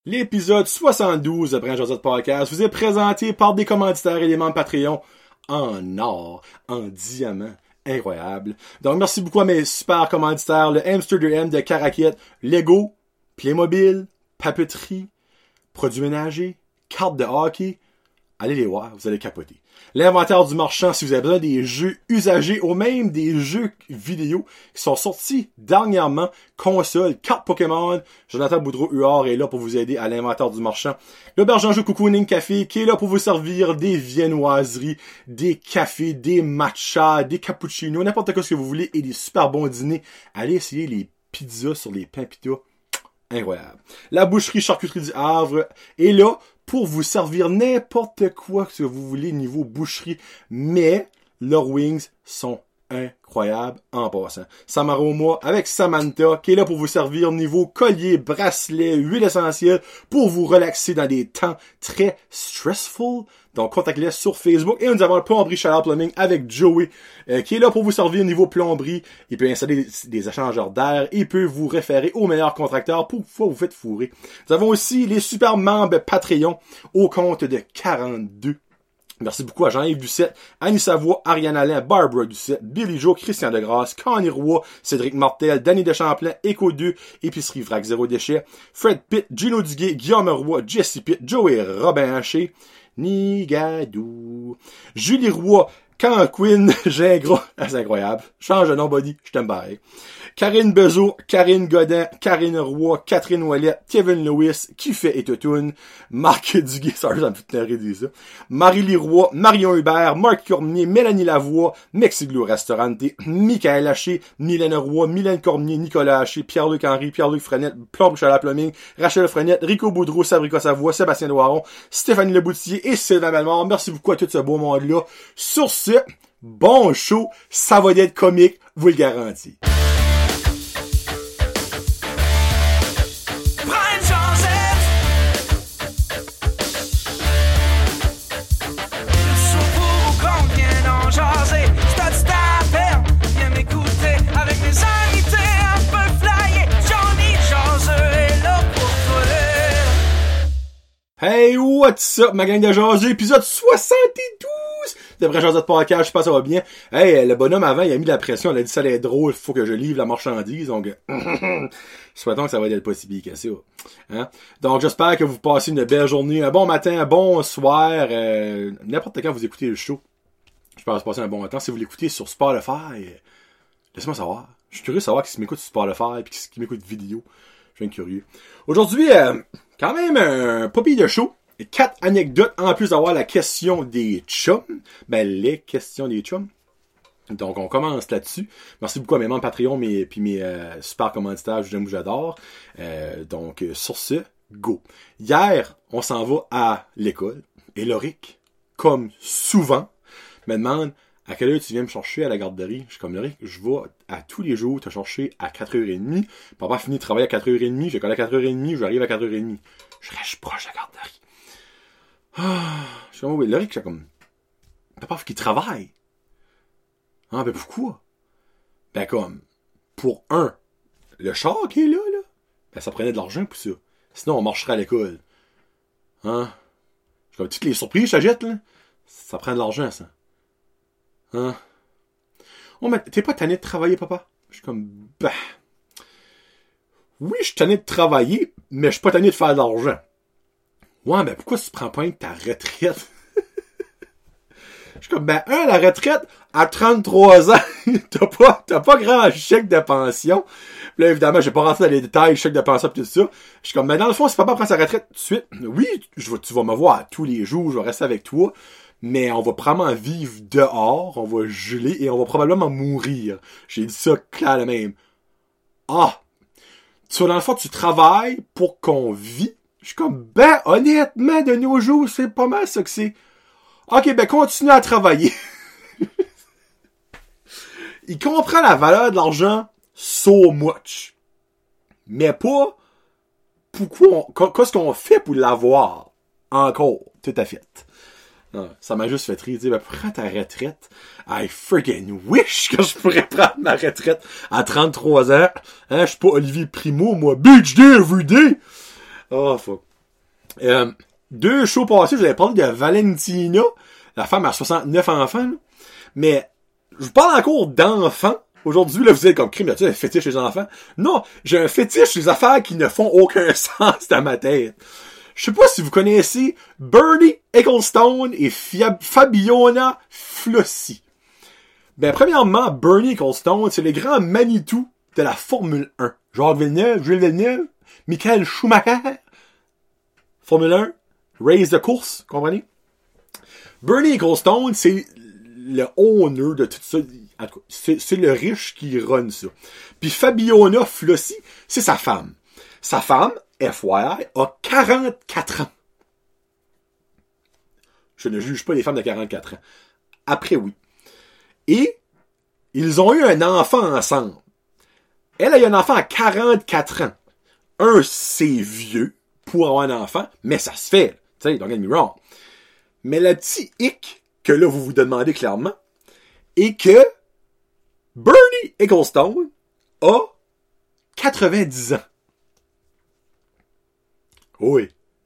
L'épisode 72 de Brand Josette Podcast vous est présenté par des commanditaires et des membres Patreon en or, en diamant. Incroyable. Donc, merci beaucoup à mes super commanditaires, le Hamster de M de Caraquette, Lego, Playmobil, papeterie, produits ménagers, cartes de hockey. Allez les voir, vous allez capoter. L'inventaire du marchand, si vous avez besoin des jeux usagés ou même des jeux vidéo qui sont sortis dernièrement, consoles, cartes Pokémon, Jonathan Boudreau-Huard est là pour vous aider à l'inventaire du marchand. L'auberge en jeu Cocooning Café qui est là pour vous servir des viennoiseries, des cafés, des matchas, des cappuccinos, n'importe quoi ce que vous voulez et des super bons dîners. Allez essayer les pizzas sur les pains pita. Incroyable. La boucherie charcuterie du Havre est là pour vous servir n'importe quoi que vous voulez niveau boucherie, mais leurs wings sont incroyables en passant. Samaroma avec Samantha qui est là pour vous servir niveau collier, bracelet, huile essentielle pour vous relaxer dans des temps très stressful. Donc contactez-les sur Facebook et nous avons le plomberie Chaleur Plumbing avec Joey qui est là pour vous servir niveau plomberie. Il peut installer des échangeurs d'air, il peut vous référer au meilleur contracteur pour que vous faites fourrer. Nous avons aussi les super membres Patreon au compte de 42. Merci beaucoup à Jean-Yves Doucette, Annie Savoie, Ariane Alain, Barbara Doucette, Billy Joe, Christian Degrasse, Connie Roy, Cédric Martel, Danny Deschamplain, Echo 2, Épicerie Vrac Zéro Déchet, Fred Pitt, Gino Duguay, Guillaume Roy, Jesse Pitt, Joey Robin Haché, Nigadou, Julie Roy, Canquin, Gingras, c'est incroyable, change de nom body, je t'aime pareil. Karine Bezo, Karine Godin, Karine Roy, Catherine Ouellette, Kevin Lewis, Kiffet et Totoun, Marc Duguay, ça me fait tenir de ça, Marie-Lie Roy, Marion Hubert, Marc Cormier, Mélanie Lavoie, Mexiglou Restaurante, Michael Haché, Mylène Roy, Mylène Cormier, Nicolas Haché, Pierre-Luc Henry, Pierre-Luc Frenette, Plomb Chaleur Plumbing, Rachel Frenette, Rico Boudreau, Sabrica Savoie, Sébastien Doiron, Stéphanie Leboutier et Sylvain Bellemare. Merci beaucoup à tout ce beau monde-là. Sur ce, bon show, ça va être comique, vous le garantis. Hey, what's up, ma gang de jaseux, épisode 72 de Vrai Josette Podcast, je pense que ça va bien. Hey, le bonhomme avant, il a mis de la pression, il a dit ça allait être drôle, faut que je livre la marchandise, donc, souhaitons que ça va être pas si bien que ça. Hein? Donc, j'espère que vous passez une belle journée, un bon matin, un bon soir, n'importe quand vous écoutez le show. Je pense passer un bon temps. Si vous l'écoutez sur Spotify, laissez-moi savoir. Je suis curieux de savoir qui m'écoute sur Spotify et qui m'écoute vidéo. Je suis curieux. Aujourd'hui, quand même un papier de show. 4 anecdotes en plus d'avoir la question des chums. Ben, les questions des chums. Donc, on commence là-dessus. Merci beaucoup à mes membres Patreon puis mes super commanditaires, je vous j'adore. Donc, sur ce, go. Hier, on s'en va à l'école. Et Loric, comme souvent, me demande à quelle heure tu viens me chercher à la garderie. Je suis comme Loric, je vais à tous les jours te chercher à 4h30. Papa finit de travailler à 4h30, je colle à 4h30, j'arrive à 4h30. Je reste proche de la garderie. Je suis comme, oui, Loric, c'est comme, papa, faut qu'il travaille. Ah, ben pourquoi? Ben comme, pour le char qui est là, ben ça prenait de l'argent pour ça. Sinon, on marcherait à l'école. Hein? Je suis comme, toutes les surprises que je t'achète, là, ça prend de l'argent, ça. Hein? Oh, mais t'es pas tanné de travailler, papa? Je suis comme, bah. Oui, je suis tanné de travailler, mais je suis pas tanné de faire de l'argent. Ouais, ben pourquoi tu prends pas de ta retraite? Je suis comme, ben, la retraite, à 33 ans, t'as pas grand chèque de pension. Puis là, évidemment, j'ai pas rentré dans les détails, chèque de pension pis tout ça. Je suis comme, ben, dans le fond, si papa prend sa retraite tout de suite, oui, tu vas me voir tous les jours, je vais rester avec toi. Mais on va probablement vivre dehors, on va geler et on va probablement mourir. J'ai dit ça clair de même. Ah! Tu dans le fond, tu travailles pour qu'on vit. Je suis comme, ben, honnêtement, de nos jours, c'est pas mal ça que c'est. Ok, ben, continue à travailler. Il comprend la valeur de l'argent so much. Mais pas qu'est-ce qu'on fait pour l'avoir encore, tout à fait. Non, ça m'a juste fait rire. Ben, prends ta retraite. I freaking wish que je pourrais prendre ma retraite à 33 ans. Hein, je suis pas Olivier Primo, moi. Beach day every day. Oh, fuck. 2 shows passés, je vous avais parlé de Valentina, la femme à 69 enfants, là. Mais je vous parle encore d'enfants. Aujourd'hui, là, vous êtes comme crime, tu as un fétiche les enfants. Non, j'ai un fétiche les affaires qui ne font aucun sens dans ma tête. Je sais pas si vous connaissez Bernie Ecclestone et Fabiana Flossi. Ben, premièrement, Bernie Ecclestone, c'est le grand Manitou de la Formule 1. Jacques Villeneuve, Jules Villeneuve, Michael Schumacher. Formule 1, race de course, comprenez? Bernie Ecclestone, c'est le owner de tout ça. En tout cas, c'est le riche qui run ça. Puis Fabiana Flossi, c'est sa femme. Sa femme, FYI, a 44 ans. Je ne juge pas les femmes de 44 ans. Après, oui. Et ils ont eu un enfant ensemble. Elle a eu un enfant à 44 ans. C'est vieux pour avoir un enfant, mais ça se fait. Tu sais, don't get me wrong. Mais le petit hic que là, vous vous demandez clairement, est que Bernie Ecclestone a 90 ans. Oui.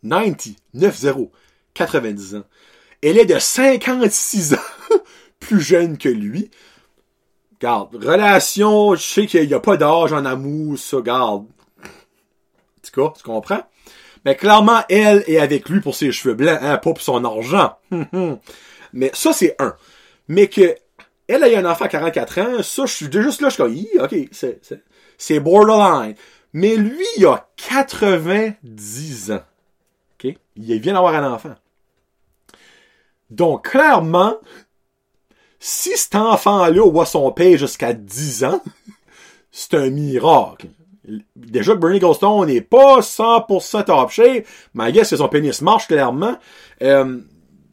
90 ans. Elle est de 56 ans plus jeune que lui. Garde, relation, je sais qu'il n'y a pas d'âge en amour, ça, garde. En tout cas, tu comprends? Mais clairement, elle est avec lui pour ses cheveux blancs, hein, pas pour son argent. Mais ça, c'est un. Mais que elle a eu un enfant à 44 ans, ça, je suis juste là, je suis comme, ok, c'est borderline. Mais lui, il a 90 ans. Ok? Il vient d'avoir un enfant. Donc, clairement, si cet enfant-là voit son père jusqu'à 10 ans, c'est un miracle. Déjà que Bernie Ecclestone n'est pas 100% top shape, mais I guess que son pénis marche clairement. Il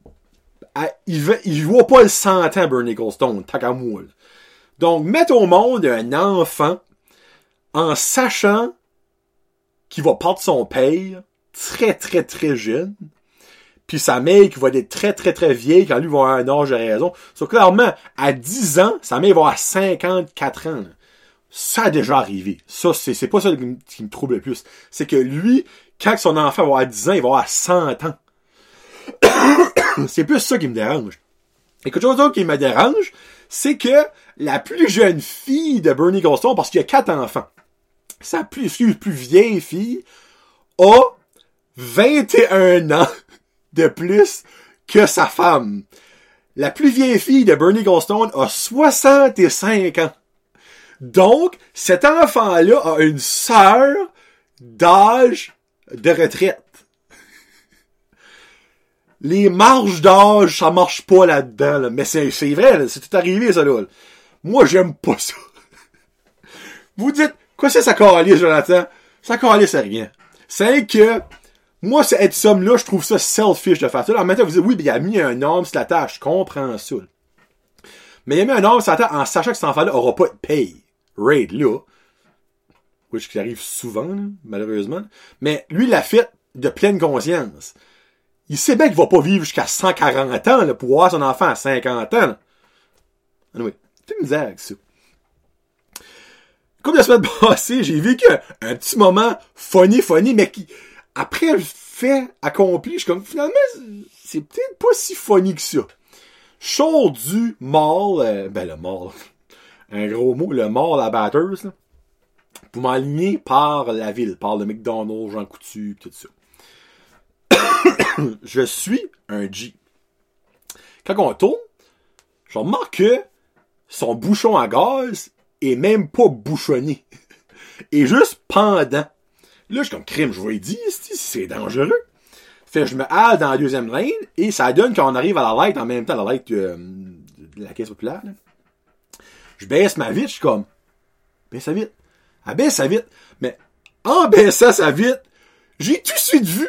voit pas le 100 ans, Bernie Ecclestone, tant qu'à moi. Donc, mettre au monde un enfant en sachant qu'il va perdre son père très, très, très jeune, puis sa mère qui va être très, très, très vieille quand lui va avoir un âge de raison. So, clairement, à 10 ans, sa mère va avoir 54 ans. Ça a déjà arrivé. Ça, c'est pas ça qui me trouble le plus. C'est que lui, quand son enfant va avoir 10 ans, il va avoir 100 ans. C'est plus ça qui me dérange. Et quelque chose d'autre qui me dérange, c'est que la plus jeune fille de Bernie Ecclestone, parce qu'il y a 4 enfants, sa plus vieille fille a 21 ans de plus que sa femme. La plus vieille fille de Bernie Ecclestone a 65 ans. Donc, cet enfant-là a une sœur d'âge de retraite. Les marges d'âge, ça marche pas là-dedans, là. Mais c'est vrai, là. C'est tout arrivé, ça, là. Moi, j'aime pas ça. Vous dites, quoi c'est ça calisse, Jonathan? Ça calisse, c'est rien. C'est que, moi, cette somme-là, je trouve ça selfish de faire ça. En même temps, vous dites, oui, ben, il a mis un homme sur la tâche. Je comprends ça. Mais il a mis un homme sur la tâche en sachant que cet enfant-là aura pas de paye. Raid, là. Which qui arrive souvent, là, malheureusement. Mais lui, il l'a fait de pleine conscience. Il sait bien qu'il va pas vivre jusqu'à 140 ans, là, pour voir son enfant à 50 ans, là. Anyway, c'est une misère avec ça. Comme la semaine passée, j'ai vécu un petit moment funny, mais qui, après le fait accompli, je suis comme, finalement, c'est peut-être pas si funny que ça. Show du mall, le mall, un gros mot, le mall à Bathurst, là, pour m'aligner par la ville, par le McDonald's, Jean Coutu, tout ça. Je suis un G. Quand on tourne, je remarque que son bouchon à gaz est même pas bouchonné. Et juste pendant. Là, je suis comme crime, je vous ai dit, c'est dangereux. Fait que je me hale dans la deuxième lane et ça donne qu'on arrive à la light en même temps, la light de la caisse populaire. Là. Je baisse ma vitre, je suis comme, baisse sa vitre. Elle baisse sa vitre. Mais en baissant sa vitre, j'ai tout de suite vu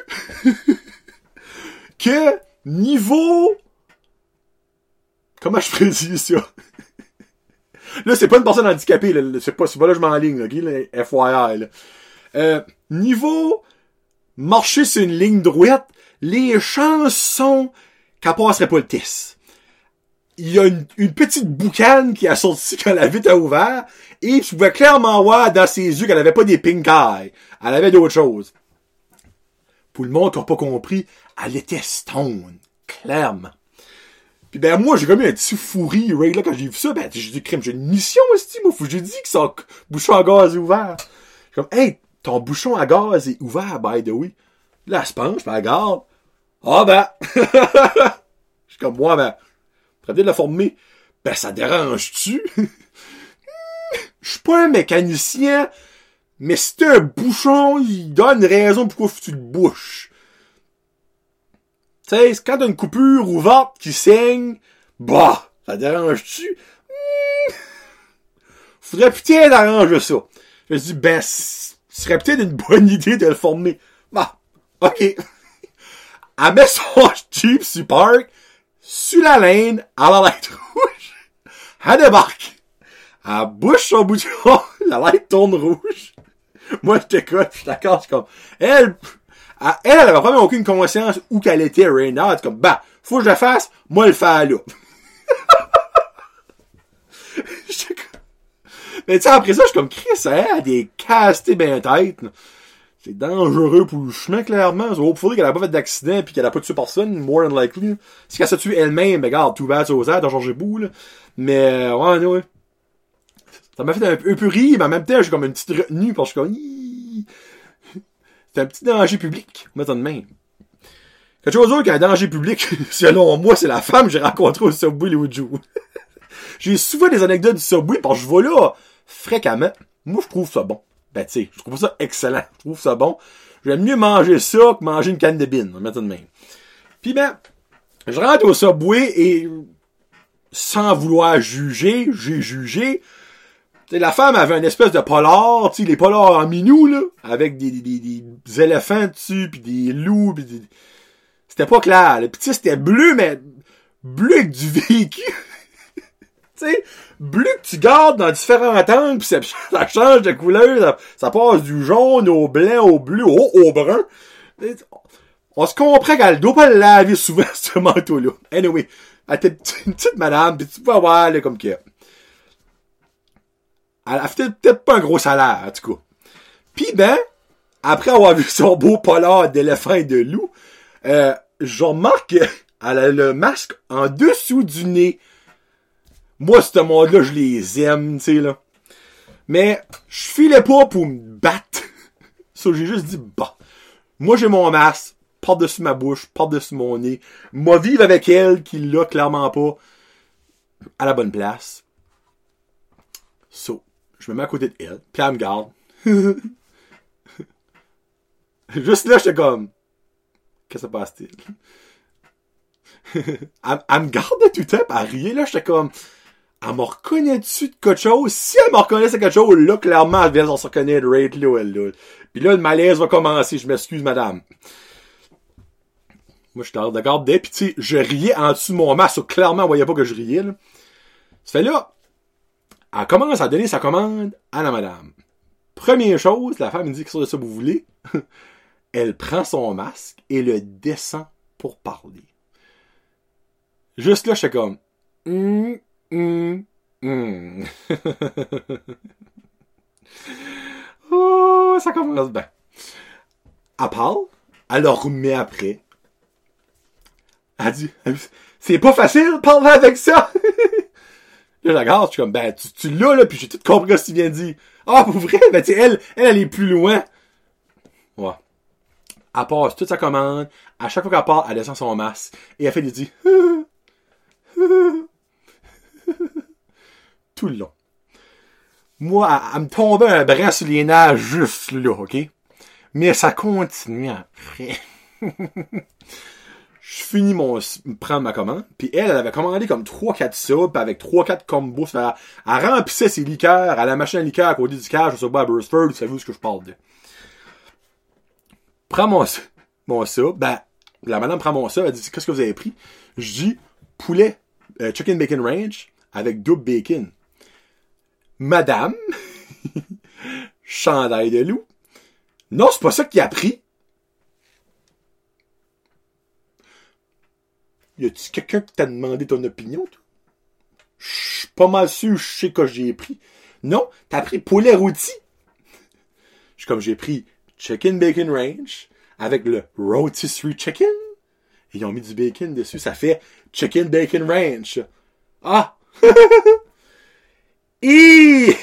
que niveau... Comment je prédis ça? Là, c'est pas une personne handicapée, là. C'est pas là que je m'enligne, là, okay, là, FYI, là. Niveau marcher sur une ligne droite, les chances sont qu'elle passerait pas le test. Il y a une petite boucane qui a sorti quand la vitre a ouvert, et tu pouvais clairement voir dans ses yeux qu'elle avait pas des pink eyes. Elle avait d'autres choses. Pour le monde qui n'a pas compris, elle était stone. Clairement. Puis ben moi, j'ai comme eu un petit fou rire, right, là, quand j'ai vu ça, ben j'ai dit, crème, j'ai une mission, aussi, moi, faut que j'ai dit que son bouchon à gaz est ouvert. J'ai comme, hey, ton bouchon à gaz est ouvert, by the way. Là, elle se penche, puis elle regarde. Ah ben! Je suis comme, moi, ben, très bien de la former. Ben, ça dérange-tu? Je suis pas un mécanicien, mais si t'as un bouchon, il donne une raison pourquoi tu le bouches. Tu sais, quand t'as une coupure ouverte qui saigne, bah, ça dérange-tu? Faudrait putain d'arranger ça. Je me suis dit, ben, ce serait peut-être une bonne idée de le former. Bah, ok. Elle met son Jeep sur park, sur la laine, à la light rouge. Elle débarque. Elle bouche son bouchon, la light tourne rouge. Moi, je t'écoute, je suis d'accord, je suis comme, elle avait vraiment aucune conscience où qu'elle était, right now. Elle est comme, bah, faut que je la fasse, moi, le faire là. Mais tu sais, après ça, je suis comme, Chris, elle a des castés ben tête. C'est dangereux pour le chemin, clairement. Il faudrait qu'elle a pas fait d'accident pis qu'elle a pas tué personne, more than likely. Si qu'elle s'est tuée elle-même, ben regarde, tout bad aux airs, t'as changé bout, là. Mais, ouais. Ça m'a fait un peu rire, mais en même temps, j'ai comme une petite retenue, parce que je suis comme, c'est un petit danger public, mettons de même. Quelque chose d'autre qu'un danger public, selon moi, c'est la femme que j'ai rencontrée au Subway l'autre jour. J'ai souvent des anecdotes du Subway, parce que je vais là, fréquemment. Moi, je trouve ça bon. Ben, tu sais, je trouve ça excellent. Je trouve ça bon. J'aime mieux manger ça que manger une canne de bine, mettons de même. Puis ben, je rentre au Subway et, sans vouloir juger, j'ai jugé. T'sais, la femme avait une espèce de polar, tu sais, les polars en minou, là, avec des éléphants dessus, pis des loups, pis des... C'était pas clair, là. Pis tu sais, c'était bleu, mais bleu avec du vécu. Tu sais, bleu que tu gardes dans différents angles, pis ça change de couleur, ça passe du jaune au blanc, au bleu, au brun. On se comprend qu'elle doit pas le laver souvent, ce manteau-là. Anyway, elle était une petite madame, pis tu peux voir, là, comme que... Elle a fait peut-être pas un gros salaire, en tout cas. Pis ben, après avoir vu son beau polar d'éléphant et de loup, je remarque qu'elle a le masque en dessous du nez. Moi, ce monde-là, je les aime, tu sais, là. Mais, je filais pas pour me battre. Ça, j'ai juste dit, bah. Moi, j'ai mon masque, par-dessus ma bouche, par-dessus mon nez. Moi, vivre avec elle, qui l'a clairement pas, à la bonne place. So, je me mets à côté de elle, puis elle me garde. Juste là, j'étais comme, qu'est-ce qui se passe-t-il? Elle me gardait tout le temps, pis elle riait, là, j'étais comme, elle me reconnaît-tu de quelque chose? Si elle me reconnaissait quelque chose, là, clairement, elle vient de se reconnaître, right, là, elle, là. Pis là, le malaise va commencer, je m'excuse, madame. Moi, j'étais de garder, pis tu sais, je riais en dessous de mon masque, so, clairement, on voyait pas que je riais, là. Ça fait là, elle commence à donner sa commande à la madame. Première chose, la femme me dit, qu'est-ce que ça vous voulez? Elle prend son masque et le descend pour parler. Juste là, j'étais comme, Oh, ça commence bien. Elle parle, elle le remet après. Elle dit, c'est pas facile de parler avec ça. Là, je regarde, je suis comme, ben, tu l'as, là, pis j'ai tout compris ce que tu viens de dire. Ah, pour vrai? Ben, tu sais, elle est plus loin. Ouais. Elle passe toute sa commande. À chaque fois qu'elle part, elle descend son masque. Et elle fait des dits. Tout le long. Moi, elle me tombait un bras sur les nerfs juste là, ok? Mais ça continue après. Je finis prendre ma commande, puis elle avait commandé comme 3-4 subs, avec 3-4 combos. Elle remplissait ses liqueurs à la machine à liqueurs à côté du cage, je sais pas, à Burstford, vous savez où ce que je parle de. Prends mon sub, ben, la madame prend mon sub, elle dit, qu'est-ce que vous avez pris? Je dis, poulet, chicken bacon range, avec double bacon. Madame, chandail de loup. Non, c'est pas ça qu'il a pris. Y a-tu quelqu'un qui t'a demandé ton opinion, toi? Je suis pas mal sûr, je sais que j'ai pris. Non, t'as pris poulet rôti. Je suis comme, j'ai pris chicken bacon range avec le rotisserie chicken. Et ils ont mis du bacon dessus. Ça fait chicken bacon ranch. Ah! Et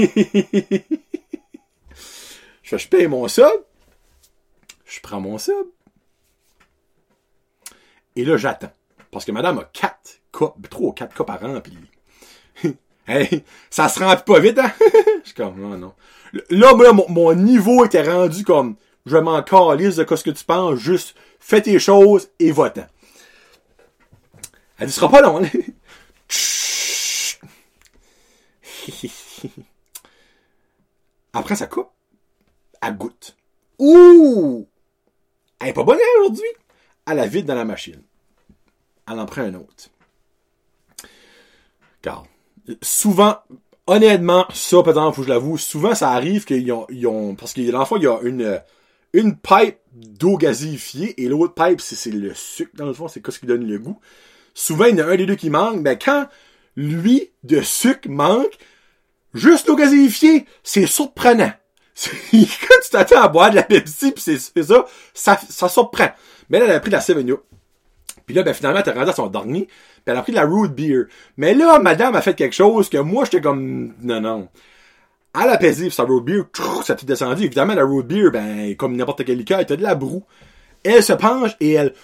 je paye mon sub. Je prends mon sub. Et là, j'attends. Parce que madame a 4 cas par an, pis... hey, ça se remplit pas vite, hein? Je suis comme, non. Là, moi, mon niveau était rendu comme, je m'en calisse de ce que tu penses, juste fais tes choses et va-t'en. Elle dit, ce sera pas long, là. Après, ça coupe. Elle goûte. Ouh! Elle est pas bonne aujourd'hui. Elle la vide dans la machine. Elle en prend un autre. Car, souvent, honnêtement, ça, par exemple, faut que je l'avoue, souvent, ça arrive qu'ils ont parce que dans le fond, il y a une pipe d'eau gazéifiée et l'autre pipe, c'est le sucre, dans le fond, c'est ce qui donne le goût. Souvent, il y en a un des deux qui manque, mais quand lui, de sucre manque, juste l'eau gazéifiée, c'est surprenant. Quand tu t'attends à boire de la Pepsi pis c'est ça surprend. Mais là, elle a pris de la 7-Up. Puis là, ben, finalement, elle est rendue à son dernier. Puis elle a pris de la root beer. Mais là, madame a fait quelque chose que moi, j'étais comme, non. À la pesée, sa root beer, ça t'est descendu. Évidemment, la root beer, ben, comme n'importe quel liqueur, t'as de la broue. Elle se penche et elle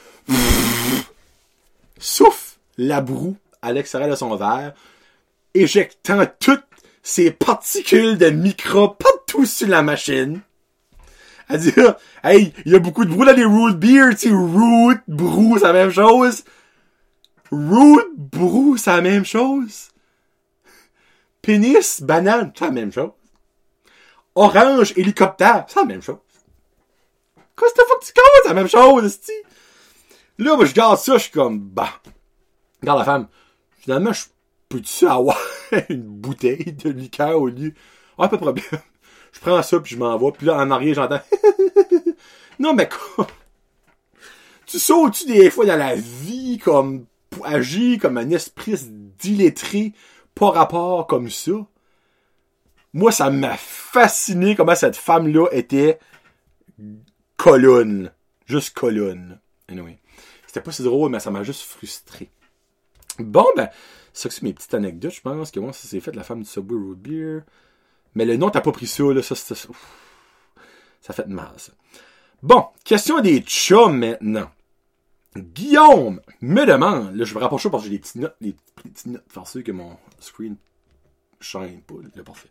souffle la broue à l'extérieur de son verre, éjectant toutes ces particules de microbes partout sur la machine. Elle dit, hey, il y a beaucoup de brou dans les root beer, tu sais, root, brou, c'est la même chose. Root, brou, c'est la même chose. Pénis, banane, c'est la même chose. Orange, hélicoptère, c'est la même chose. Qu'est-ce que tu comptes, c'est la même chose, c'ti. Là, moi, je garde ça, je suis comme, bah. Regarde la femme. Finalement, peux-tu avoir une bouteille de liqueur au lieu? Ah, pas de problème. Je prends ça, puis je m'en vais. Puis là, en arrière, j'entends... non, mais quoi? Tu sautes-tu des fois dans la vie comme... pour agir comme un esprit dilettré, pas rapport comme ça? Moi, ça m'a fasciné comment cette femme-là était colonne. Juste colonne. Anyway. C'était pas si drôle, mais ça m'a juste frustré. Bon, ben, ça que c'est mes petites anecdotes, je pense que moi, ça s'est fait la femme du Subway Root Beer. Mais le nom, t'as pas pris ça, là, ça fait mal, ça. Bon, question des chums maintenant. Guillaume me demande, là, je me rapproche parce que j'ai des petites notes farceuses que mon screen shine pas, là, parfait.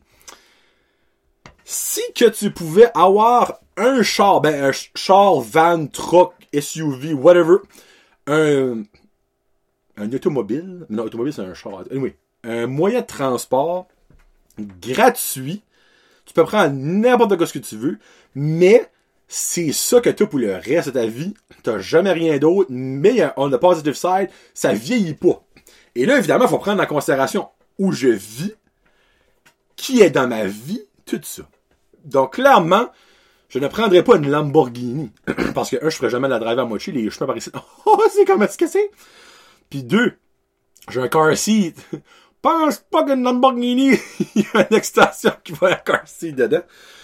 Si que tu pouvais avoir un char, un char, van, truck, SUV, whatever, un automobile, non, automobile c'est un char, anyway, un moyen de transport gratuit, tu peux prendre n'importe ce que tu veux, mais c'est ça que tu as pour le reste de ta vie, t'as jamais rien d'autre, mais on the positive side, ça vieillit pas. Et là, évidemment, il faut prendre en considération où je vis, qui est dans ma vie, tout ça. Donc, clairement, je ne prendrai pas une Lamborghini. Parce que, je ferais jamais la driver à moitié, les chemins par ici. Oh, c'est comment est-ce que c'est? Puis 2, j'ai un car seat. Pense pas qu'une Lamborghini, il y a une extension qui va à un car seat dedans.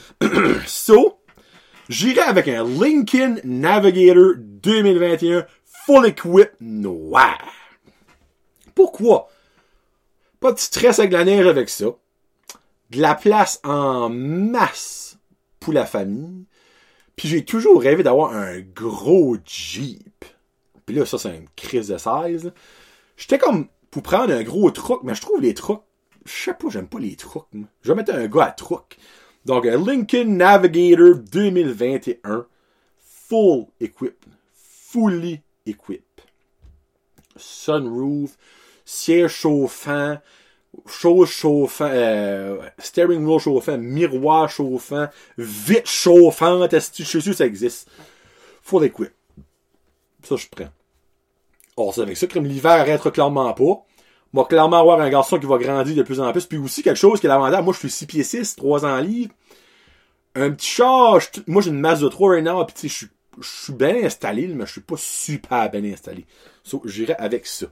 So, j'irai avec un Lincoln Navigator 2021 full equip noir. Pourquoi? Pas de stress avec la neige avec ça. De la place en masse pour la famille. Puis j'ai toujours rêvé d'avoir un gros Jeep. Puis là, ça, c'est une crise de 16. J'étais comme pour prendre un gros truck, mais je trouve les trucks, je sais pas, j'aime pas les trucks. Moi. Je vais mettre un gars à truck. Donc, un Lincoln Navigator 2021 full equip. Fully equip. Sunroof, siège chauffant, chose chauffant, steering wheel chauffant, miroir chauffant, vitre chauffante, je suis sûr que ça existe. Full equip. Ça, je prends. Or, c'est avec ça que l'hiver arrêtera clairement pas. Moi, clairement avoir un garçon qui va grandir de plus en plus. Puis aussi, quelque chose qui est l'avantage. Moi, je suis 6 pieds 6, 300 livres. Un petit char, moi, j'ai une Mazda 3 right now, puis tu sais, je suis bien installé, mais je suis pas super bien installé. So, j'irai avec ça.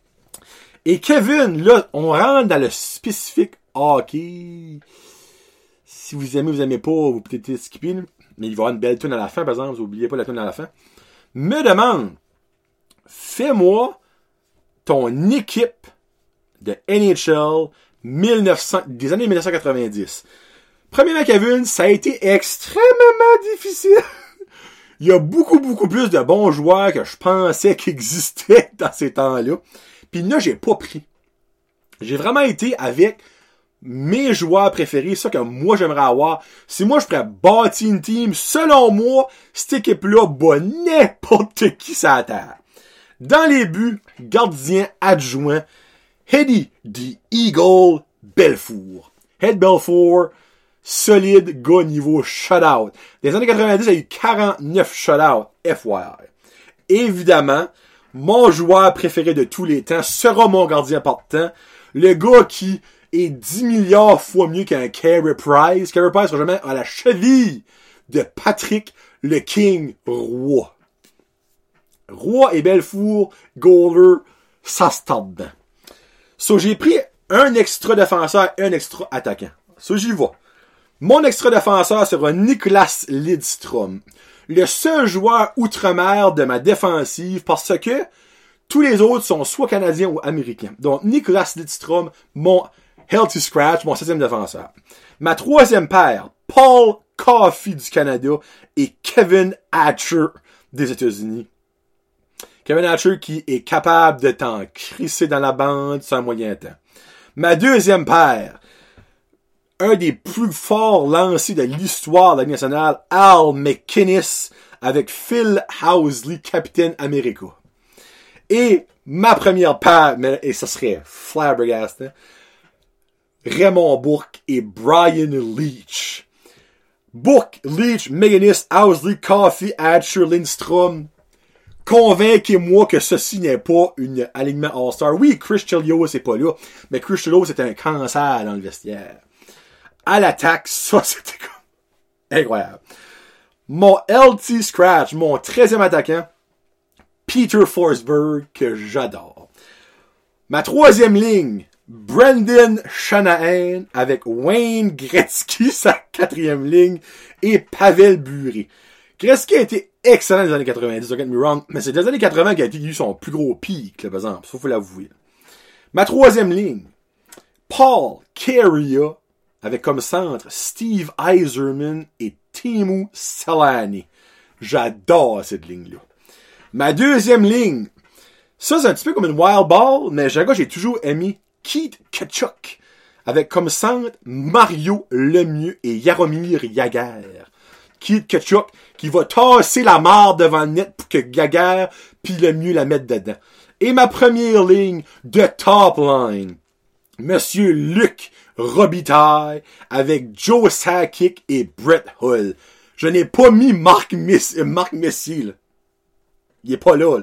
Et Kevin, là, on rentre dans le spécifique hockey. Si vous aimez pas, vous peut-être skipper. mais il va y avoir une belle tune à la fin, par exemple, n'oubliez pas la tune à la fin, me demande, fais-moi ton équipe de NHL des années 1990. Premièrement, Kevin, ça a été extrêmement difficile. Il y a beaucoup plus de bons joueurs que je pensais qu'ils existaient dans ces temps-là. Puis là, j'ai pas pris. J'ai vraiment été avec mes joueurs préférés, ça que moi j'aimerais avoir. Si moi je pourrais bâtir une team, selon moi, cette équipe-là bat n'importe qui sur la terre. Dans les buts, gardien adjoint, Eddie the Eagle Belfour. Ed Belfour, solide gars niveau shutout. Dans les années 90, il y a eu 49 shutouts, FYI. Évidemment, mon joueur préféré de tous les temps sera mon gardien partant. Le gars qui est 10 milliards fois mieux qu'un Carey Price. Carey Price sera jamais à la cheville de Patrick le King Roy. Roy et Belfour, goaler, ça se tape dedans. So, j'ai pris un extra défenseur et un extra attaquant. So, j'y vais. Mon extra défenseur sera Nicklas Lidstrom. Le seul joueur outre-mer de ma défensive parce que tous les autres sont soit canadiens ou américains. Donc, Nicklas Lidstrom, mon healthy scratch, mon 7e défenseur. Ma 3e paire, Paul Coffey du Canada et Kevin Hatcher des États-Unis. Kevin Hatcher qui est capable de t'en crisser dans la bande sur un moyen temps. Ma 2e paire, un des plus forts lancers de l'histoire de la Ligue nationale, Al McInnes, avec Phil Housley, capitaine America. Et ma première paire, et ça serait flabbergastant, Raymond Bourque et Brian Leach. Bourque, Leach, McInnes, Housley, Coffey, Hatcher, Lindstrom. Convainquez-moi que ceci n'est pas une alignement All-Star. Oui, Chris Chelios c'est pas là, mais Chris Chelios c'est un cancer dans le vestiaire. À l'attaque, ça, c'était comme incroyable. Mon LT Scratch, mon 13e attaquant, Peter Forsberg, que j'adore. Ma 3e ligne, Brendan Shanahan, avec Wayne Gretzky, sa 4e ligne, et Pavel Bure. Gretzky a été excellent dans les années 90, don't get me wrong, mais c'est dans les années 80 qu'il a eu son plus gros pic, là, par exemple. Ça, faut l'avouer. Ma 3e ligne, Paul Kariya, avec comme centre Steve Yzerman et Teemu Selanne. J'adore cette ligne-là. Ma 2e ligne, ça c'est un petit peu comme une wild ball, mais j'ai toujours aimé Keith Tkachuk, avec comme centre Mario Lemieux et Jaromir Jagr. Keith Tkachuk qui va tasser la marde devant le net pour que Jagr puis Lemieux la mette dedans. Et ma première ligne de top line, Monsieur Luc Robitaille avec Joe Sakic et Brett Hull. Je n'ai pas mis Marc Messier, là. Il est pas là.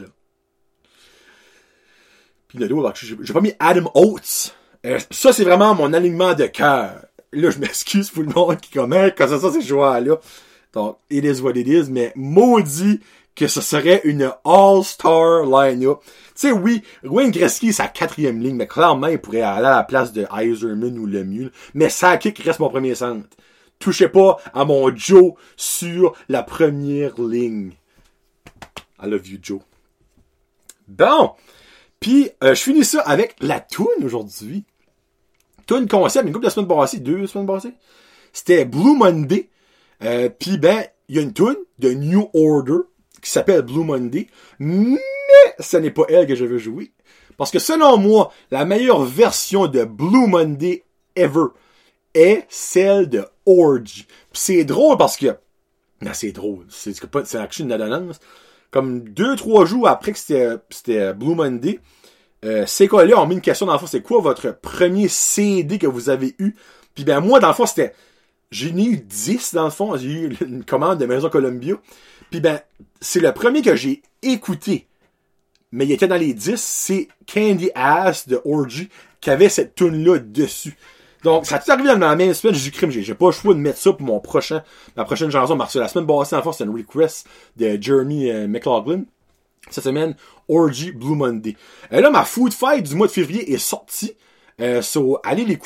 Puis le dos, j'ai pas mis Adam Oates. Ça, c'est vraiment mon alignement de cœur. Là, je m'excuse pour le monde qui commente quand ça ces joueurs-là. Donc, it is what it is, mais maudit que ce serait une all-star line-up. Tu sais, oui, Wayne Gretzky, c'est sa 4e ligne, mais clairement, il pourrait aller à la place de Yzerman ou Lemieux. Mais Sakic reste mon premier centre. Touchez pas à mon Joe sur la première ligne. I love you, Joe. Bon. Puis, je finis ça avec la toune aujourd'hui. Toune concept, une couple de semaines passées, 2 semaines passées. C'était Blue Monday. Puis, ben, il y a une toune de New Order qui s'appelle Blue Monday, mais ce n'est pas elle que je veux jouer. Parce que selon moi, la meilleure version de Blue Monday ever est celle de Orgy. Puis c'est drôle parce que... Non, c'est drôle. C'est actually une adonnance. Comme 2-3 jours après que c'était Blue Monday, ces gars-là ont mis une question dans le fond. C'est quoi votre premier CD que vous avez eu? Puis ben moi, dans le fond, j'en ai eu 10 dans le fond. J'ai eu une commande de Maison Columbia. Puis ben, c'est le premier que j'ai écouté. Mais il était dans les 10. C'est Candy Ass de Orgy qui avait cette tune-là dessus. Donc, ça t'est arrivé dans la même semaine. J'ai pas le choix de mettre ça pour ma prochaine chanson. Parce que la semaine passée, en fait, c'était une request de Jeremy McLaughlin. Cette semaine, Orgy Blue Monday. Là, ma food fight du mois de février est sortie. So, allez l'écouter.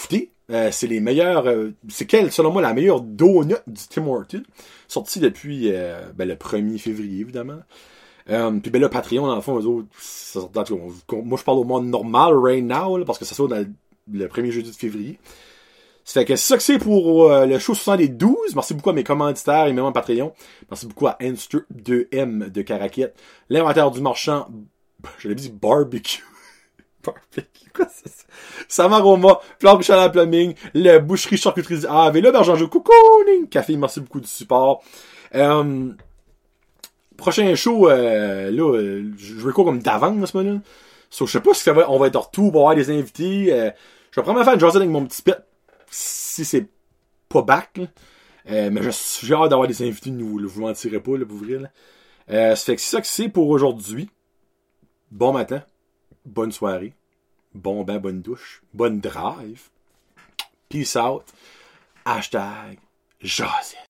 C'est les meilleurs... c'est selon moi, la meilleure donut du Tim Hortons. Sortie depuis le 1er février, évidemment. Puis là, Patreon, dans le fond, eux autres, moi je parle au monde normal, right now, là, parce que ça sort dans le 1er jeudi de février. Ça fait que c'est ça que c'est pour le show 72. Merci beaucoup à mes commanditaires et même en Patreon. Merci beaucoup à Enster 2M de Caraquette. L'inventaire du marchand, je l'ai dit barbecue. Barbecue, quoi c'est ça? Samaroma, Plante Michel à Plumbing, le Boucherie Charcuterie AV, le Bergeron Cocooning Café, merci beaucoup du support. Prochain show, je vais quoi comme d'avance, moi, là. So, je sais pas si on va être en retour pour avoir des invités. Je vais prendre ma faire une jasette avec mon petit pet. Si c'est pas back, là. Mais j'ai hâte d'avoir des invités nouveaux, là. Vous mentirez pas, là, pour vrai, là. Ça fait que c'est ça que c'est pour aujourd'hui. Bon matin. Bonne soirée. Bon bain, bonne douche. Bonne drive. Peace out. #Josette.